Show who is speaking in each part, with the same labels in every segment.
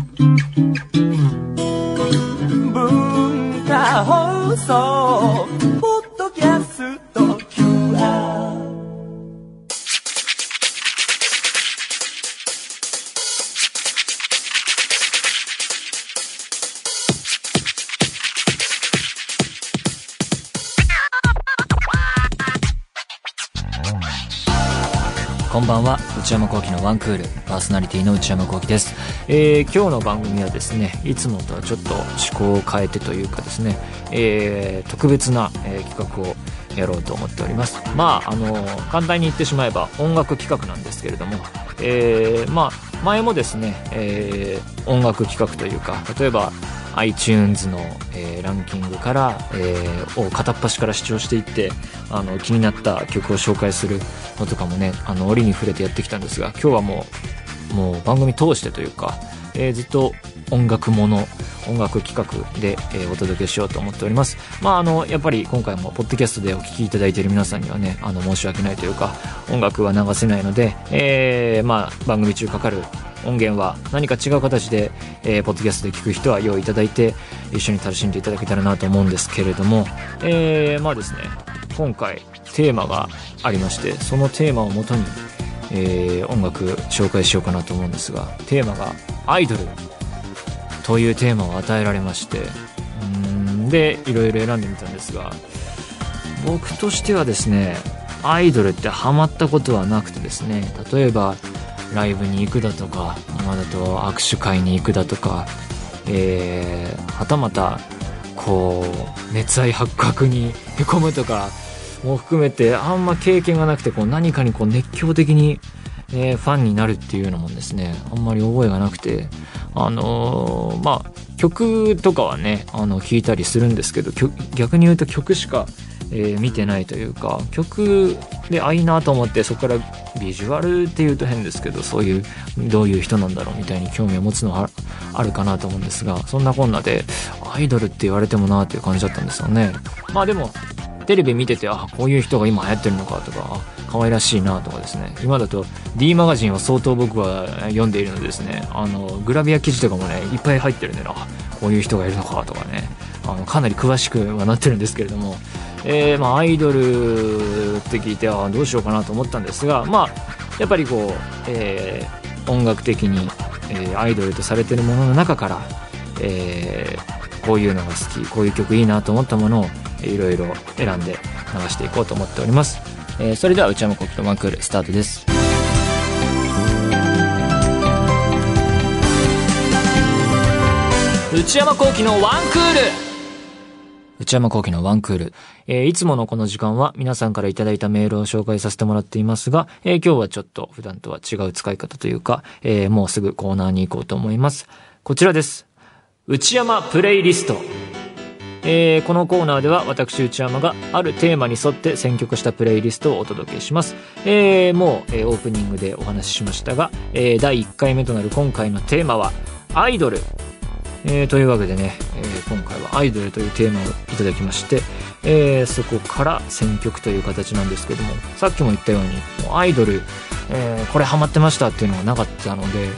Speaker 1: 文化放送ポッドキャスト QR。
Speaker 2: こんばんは、内山聖輝のワンクールパーソナリティの内山聖輝です。今日の番組はですね、いつもとはちょっと趣向を変えてというかですね、特別な、企画をやろうと思っております。簡単に言ってしまえば音楽企画なんですけれども、前もですね、音楽企画というか、例えばiTunes の、ランキングから、を片っ端から視聴していって気になった曲を紹介するのとかもね、折に触れてやってきたんですが、今日はもう番組通してというか、ずっと音楽企画で、お届けしようと思っております。やっぱり今回もポッドキャストでお聞きいただいている皆さんにはね、申し訳ないというか、音楽は流せないので、番組中かかる音源は何か違う形で、ポッドキャストで聞く人は用意いただいて一緒に楽しんでいただけたらなと思うんですけれども、ですね、今回テーマがありまして、そのテーマをもとに、音楽紹介しようかなと思うんですが、テーマがアイドルというテーマを与えられまして、でいろいろ選んでみたんですが、僕としてはですね、アイドルってハマったことはなくてですね、例えばライブに行くだとか、今だと握手会に行くだとか、はたまたこう熱愛発覚にへこむとかも含めて、あんま経験がなくて、何かに熱狂的に、ファンになるっていうのもですね、あんまり覚えがなくて、曲とかはね聴いたりするんですけど、逆に言うと曲しか見てないというか、曲でいいなと思って、そこからビジュアルっていうと変ですけど、そういうどういう人なんだろうみたいに興味を持つのはあるかなと思うんですが、そんなこんなでアイドルって言われてもなっていう感じだったんですよね。でもテレビ見てて、こういう人が今流行ってるのかとか、可愛らしいなとかですね、今だと D マガジンは相当僕は読んでいるのでですね、グラビア記事とかもねいっぱい入ってるんで、こういう人がいるのかとかね、かなり詳しくはなってるんですけれども、アイドルって聞いてどうしようかなと思ったんですが、やっぱり音楽的に、アイドルとされているものの中から、こういうのが好き、こういう曲いいなと思ったものをいろいろ選んで流していこうと思っております。それでは内山聖輝とワンクールスタートです。内山聖輝のワンクール。内山聖輝のワンクール、いつものこの時間は皆さんからいただいたメールを紹介させてもらっていますが、今日はちょっと普段とは違う使い方というか、もうすぐコーナーに行こうと思います。こちらです。内山プレイリスト。このコーナーでは私内山があるテーマに沿って選曲したプレイリストをお届けします。もう、オープニングでお話ししましたが、第1回目となる今回のテーマはアイドル、というわけでね、今回はアイドルというテーマをいただきまして、そこから選曲という形なんですけども、さっきも言ったようにもうアイドル、これハマってましたっていうのがなかったので、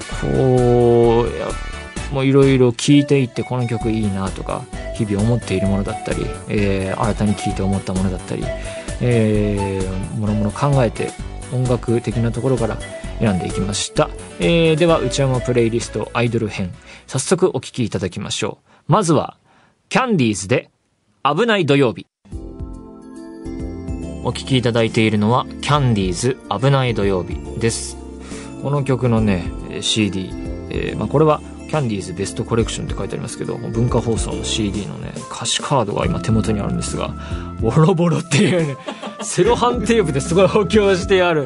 Speaker 2: もういろいろ聴いていって、この曲いいなとか日々思っているものだったり、新たに聴いて思ったものだったり、もろもろ考えて音楽的なところから選んでいきました。では内山プレイリストアイドル編、早速お聴きいただきましょう。まずはキャンディーズで危ない土曜日。お聴きいただいているのはキャンディーズ危ない土曜日です。この曲のね CD、これはキャンディーズベストコレクションって書いてありますけど、文化放送の CD のね歌詞カードが今手元にあるんですが、ボロボロっていうねセロハンテープですごい補強してある、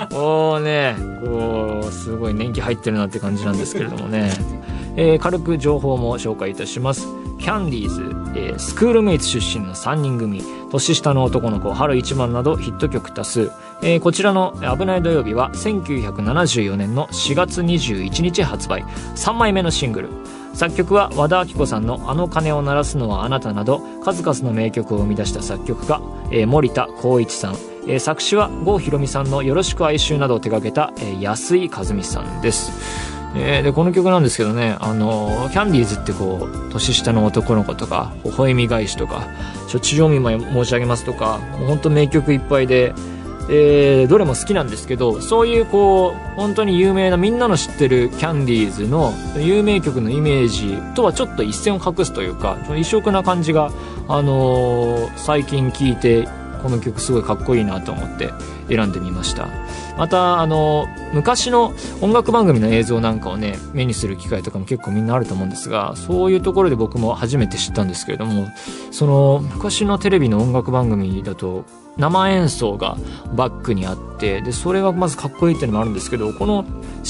Speaker 2: すごい年季入ってるなって感じなんですけれどもね、軽く情報も紹介いたします。キャンディーズ、スクールメイツ出身の3人組、年下の男の子、春一番などヒット曲多数。こちらの危ない土曜日は1974年の4月21日発売、3枚目のシングル。作曲は和田アキ子さんのあの鐘を鳴らすのはあなたなど数々の名曲を生み出した作曲家、森田光一さん、作詞は郷ひろみさんのよろしく哀愁などを手掛けた、安井和美さんです。 で、この曲なんですけどね、キャンディーズってこう、年下の男の子とか、微笑み返しとか、処置場見舞い申し上げますとか、もう本当名曲いっぱいで、どれも好きなんですけど、そういうこう本当に有名なみんなの知ってるキャンディーズの有名曲のイメージとはちょっと一線を画すというか、異色な感じが、最近聴いてこの曲すごいかっこいいなと思って選んでみました。また昔の音楽番組の映像なんかをね目にする機会とかも結構みんなあると思うんですが、そういうところで僕も初めて知ったんですけれども、その昔のテレビの音楽番組だと生演奏がバックにあって、でそれがまずかっこいいっていうのもあるんですけど、この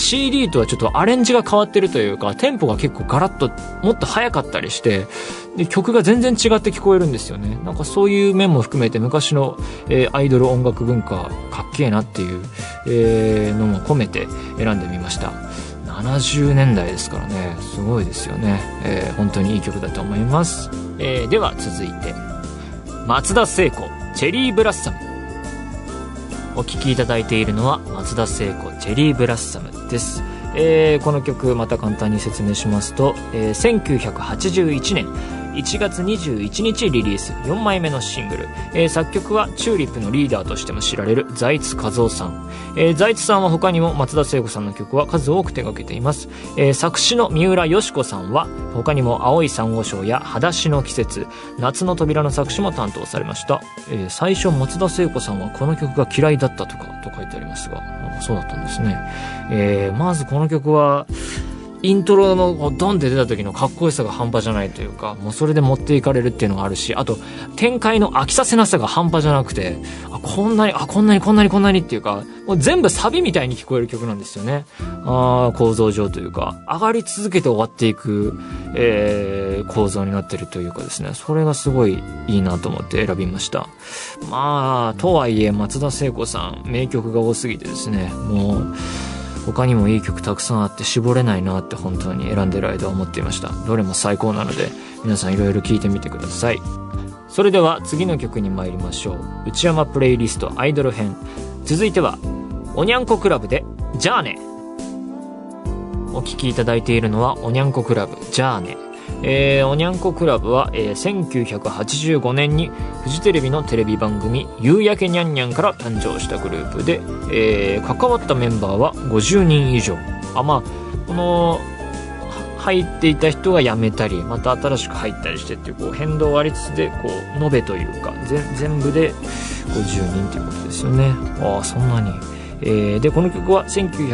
Speaker 2: CD とはちょっとアレンジが変わってるというか、テンポが結構ガラッともっと速かったりして、で曲が全然違って聞こえるんですよね。なんかそういう面も含めて昔の、アイドル音楽文化かっけえなっていう、のも込めて選んでみました。70年代ですからね、すごいですよね。本当にいい曲だと思います。では続いて松田聖子チェリーブラッサム。お聴きいただいているのは松田聖子チェリーブラッサムです。この曲また簡単に説明しますと、1981年1月21日リリース4枚目のシングル、作曲はチューリップのリーダーとしても知られる財津和夫さん。財津さんは他にも松田聖子さんの曲は数多く手掛けています。作詞の三浦佳子さんは他にも青い珊瑚礁や裸足の季節、夏の扉の作詞も担当されました。最初松田聖子さんはこの曲が嫌いだったとかと書いてありますが、そうだったんですね。まずこの曲はイントロのドンって出た時のかっこよさが半端じゃないというか、もうそれで持っていかれるっていうのがあるし、あと展開の飽きさせなさが半端じゃなくて、こんなにっていうか、もう全部サビみたいに聞こえる曲なんですよね。構造上というか、上がり続けて終わっていく、構造になってるというかですね、それがすごいいいなと思って選びました。まあとはいえ松田聖子さん名曲が多すぎてですね、もう他にもいい曲たくさんあって絞れないなって本当に選んでる間は思っていました。どれも最高なので皆さんいろいろ聴いてみてください。それでは次の曲に参りましょう。内山プレイリストアイドル編。続いてはおにゃんこクラブでじゃあね。お聴きいただいているのはおにゃんこクラブじゃあね。おにゃんこクラブは、1985年にフジテレビのテレビ番組夕焼けにゃんにゃんから誕生したグループで、関わったメンバーは50人以上。この入っていた人が辞めたりまた新しく入ったりしてっていう、こう変動ありつつでこう延べというか全部で50人ということですよね。そんなに。でこの曲は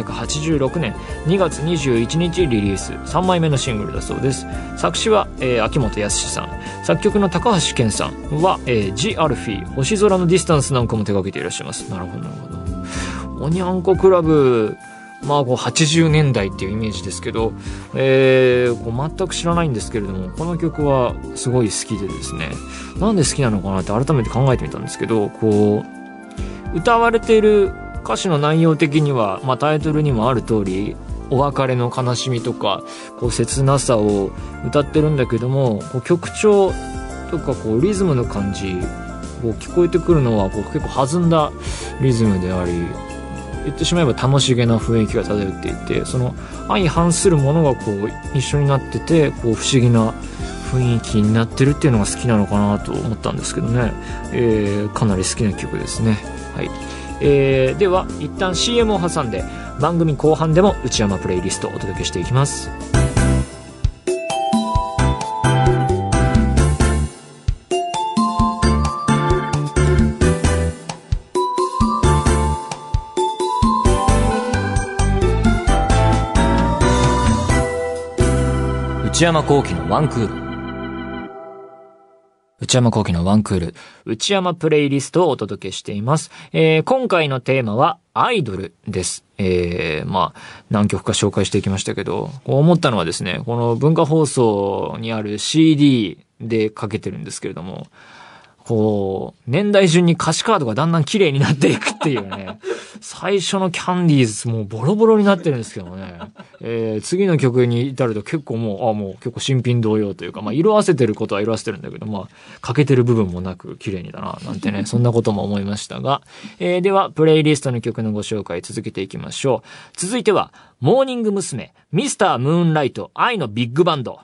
Speaker 2: 1986年2月21日リリース3枚目のシングルだそうです。作詞は、秋元康さん、作曲の高橋健さんは、ジ・アルフィー、星空のディスタンスなんかも手掛けていらっしゃいます。なるほど。おにゃんこクラブ、こう80年代っていうイメージですけど、こう全く知らないんですけれども、この曲はすごい好きでですね、なんで好きなのかなって改めて考えてみたんですけど、こう歌われている歌詞の内容的には、タイトルにもある通りお別れの悲しみとかこう切なさを歌ってるんだけども、こう曲調とかこうリズムの感じこう聞こえてくるのはこう結構弾んだリズムであり、言ってしまえば楽しげな雰囲気が漂っていて、その相反するものがこう一緒になってて、こう不思議な雰囲気になってるっていうのが好きなのかなと思ったんですけどね。かなり好きな曲ですね。はい。では一旦 CM を挟んで番組後半でも内山プレイリストをお届けしていきます。内山聖輝のワンクール。内山聖輝のワンクール、内山プレイリストをお届けしています。今回のテーマはアイドルです。何曲か紹介していきましたけど、こう思ったのはですね、この文化放送にある CD でかけてるんですけれども、 こう、年代順に歌詞カードがだんだん綺麗になっていくっていうね。最初のキャンディーズもうボロボロになってるんですけどね。次の曲に至ると結構もう結構新品同様というか、色あせてることは色あせてるんだけど、欠けてる部分もなく綺麗にだな、なんてね、そんなことも思いましたが。では、プレイリストの曲のご紹介続けていきましょう。続いては、モーニング娘。ミスタームーンライト、愛のビッグバンド。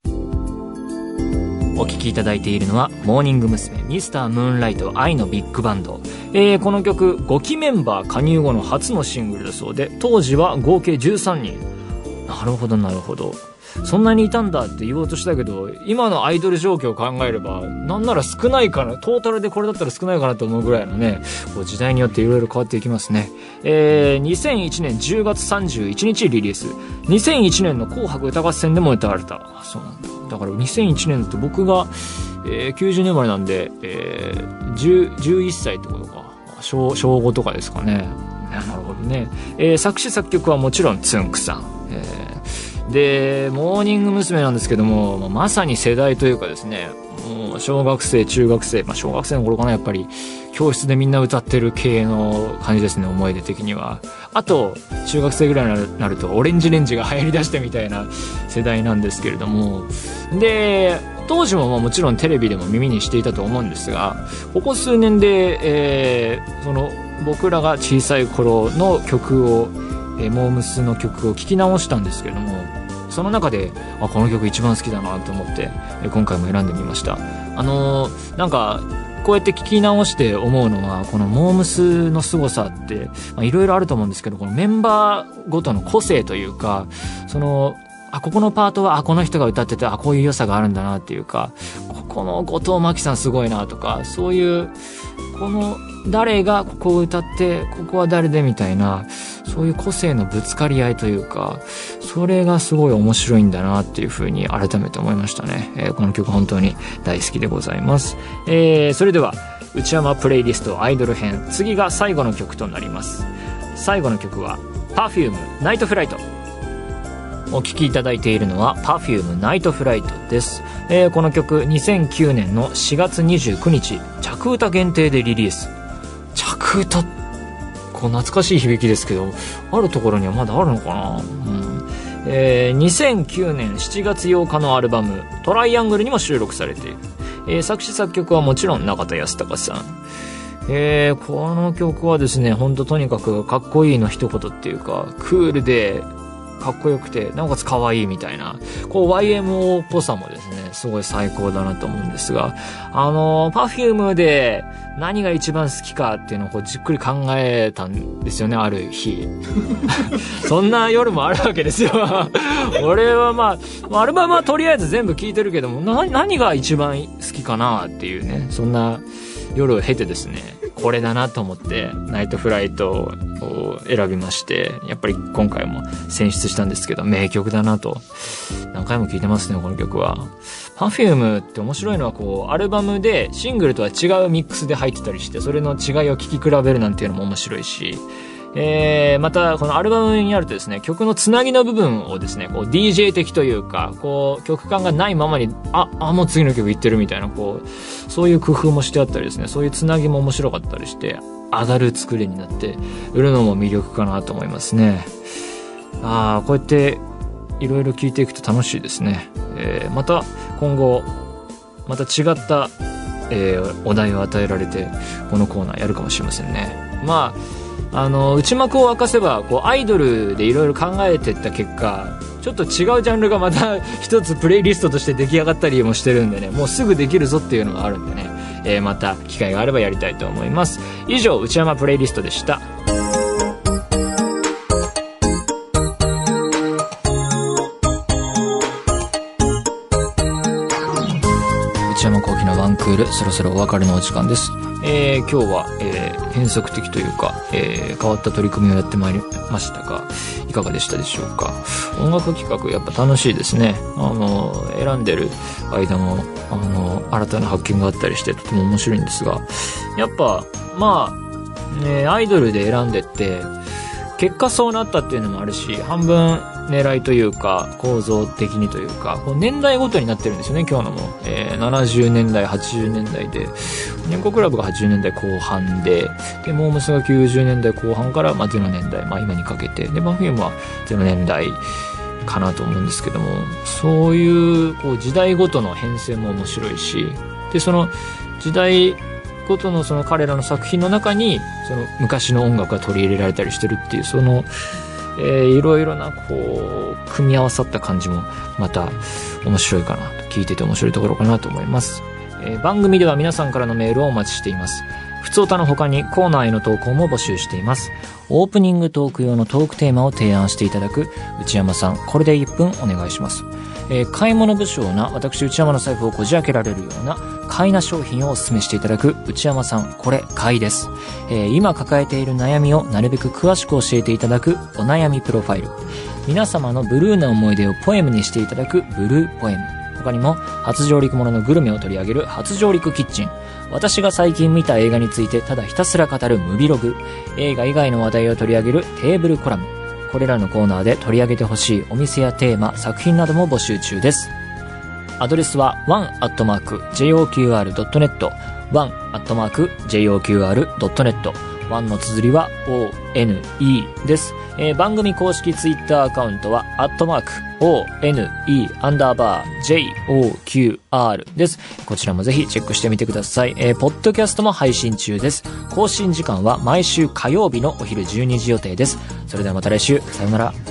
Speaker 2: お聴きいただいているのはモーニング娘。ミスタームーンライト愛のビッグバンド。この曲5期メンバー加入後の初のシングルだそうで、当時は合計13人。なるほどなるほど。そんなにいたんだって言おうとしたけど、今のアイドル状況を考えればなんなら少ないかな、トータルでこれだったら少ないかなと思うぐらいのね、こう時代によっていろいろ変わっていきますね。2001年10月31日リリース。2001年の紅白歌合戦でも歌われた。そうなんだ。だから2001年だと僕が、90年生まれなんで、11歳ってことか。小5とかですかね。なるほどね。作詞作曲はもちろんつんくさん。で、モーニング娘。なんですけども、まさに世代というかですね、もう小学生、中学生、小学生の頃かな、やっぱり、教室でみんな歌ってる系の感じですね、思い出的には。あと、中学生ぐらいになると、オレンジレンジが流行り出してみたいな世代なんですけれども、で、当時ももちろんテレビでも耳にしていたと思うんですが、ここ数年で、僕らが小さい頃の曲を、モームスの曲を聴き直したんですけれども、その中でこの曲一番好きだなと思って今回も選んでみました。なんかこうやって聴き直して思うのは、このモームスの凄さっていろいろあると思うんですけど、このメンバーごとの個性というか、ここのパートはこの人が歌っててこういう良さがあるんだなっていうか、ここの後藤真希さんすごいなとか、そういうこの誰がここを歌ってここは誰でみたいな、そういう個性のぶつかり合いというか、それがすごい面白いんだなっていう風に改めて思いましたね。この曲本当に大好きでございます。それでは内山プレイリストアイドル編、次が最後の曲となります。最後の曲は Perfume ナイトフライト。お聴きいただいているのは Perfume ナイトフライトです。この曲2009年の4月29日着歌限定でリリース。着歌、こう懐かしい響きですけど、あるところにはまだあるのかな。2009年7月8日のアルバムトライアングルにも収録されている。作詞作曲はもちろん中田泰孝さん。この曲はですね、ほんととにかくかっこいいの一言っていうか、クールでかっこよくて、なおかつ可愛いみたいな、こう YMO っぽさもですね、すごい最高だなと思うんですが、Perfume で何が一番好きかっていうのをこうじっくり考えたんですよね、ある日。そんな夜もあるわけですよ。俺はアルバムはとりあえず全部聴いてるけども、何が一番好きかなっていうね、そんな夜を経てですね、これだなと思ってナイトフライトを選びまして、やっぱり今回も選出したんですけど、名曲だなと何回も聴いてますね、この曲は。Perfume って面白いのは、こうアルバムでシングルとは違うミックスで入ってたりして、それの違いを聴き比べるなんていうのも面白いし、またこのアルバムにあるとですね、曲のつなぎの部分をですね、こう DJ 的というか、こう曲感がないままにもう次の曲いってるみたいな、こうそういう工夫もしてあったりですね、そういうつなぎも面白かったりして上がる作りになって売るのも魅力かなと思いますね。こうやっていろいろ聴いていくと楽しいですね。また今後また違った、お題を与えられてこのコーナーやるかもしれませんね。内幕を明かせば、こうアイドルでいろいろ考えていった結果、ちょっと違うジャンルがまた一つプレイリストとして出来上がったりもしてるんでね、もうすぐできるぞっていうのがあるんでね、また機会があればやりたいと思います。以上、内山プレイリストでした。内山聖輝のワンクール、そろそろお別れのお時間です。今日は、変則的というか、変わった取り組みをやってまいりましたが、いかがでしたでしょうか。音楽企画やっぱ楽しいですね。選んでる間も新たな発見があったりしてとても面白いんですが、やっぱアイドルで選んでって結果そうなったっていうのもあるし、半分狙いというか構造的にというかこう年代ごとになってるんですよね。今日のも、70年代80年代で年功クラブが80年代後半でモームスが90年代後半から、0年代、今にかけてでPerfumeは0年代かなと思うんですけども、そういう、こう時代ごとの変遷も面白いし、でその時代ごとのその彼らの作品の中にその昔の音楽が取り入れられたりしてるっていうその、いろいろなこう組み合わさった感じもまた面白いかなと、聞いてて面白いところかなと思います。番組では皆さんからのメールをお待ちしています。ふつおたの他にコーナーへの投稿も募集しています。オープニングトーク用のトークテーマを提案していただく内山さん、これで1分お願いします。買い物不詳な私内山の財布をこじ開けられるような買いな商品をお勧めしていただく内山さん、これ買いです。今抱えている悩みをなるべく詳しく教えていただくお悩みプロファイル。皆様のブルーな思い出をポエムにしていただくブルーポエム。他にも初上陸もののグルメを取り上げる初上陸キッチン。私が最近見た映画についてただひたすら語るムビログ。映画以外の話題を取り上げるテーブルコラム。これらのコーナーで取り上げてほしいお店やテーマ、作品なども募集中です。アドレスは one@joqr.net one@joqr.net 1の綴りは ONE です。番組公式ツイッターアカウントは@ONE_JOQR です。こちらもぜひチェックしてみてください。ポッドキャストも配信中です。更新時間は毎週火曜日のお昼12時予定です。それではまた来週、さようなら。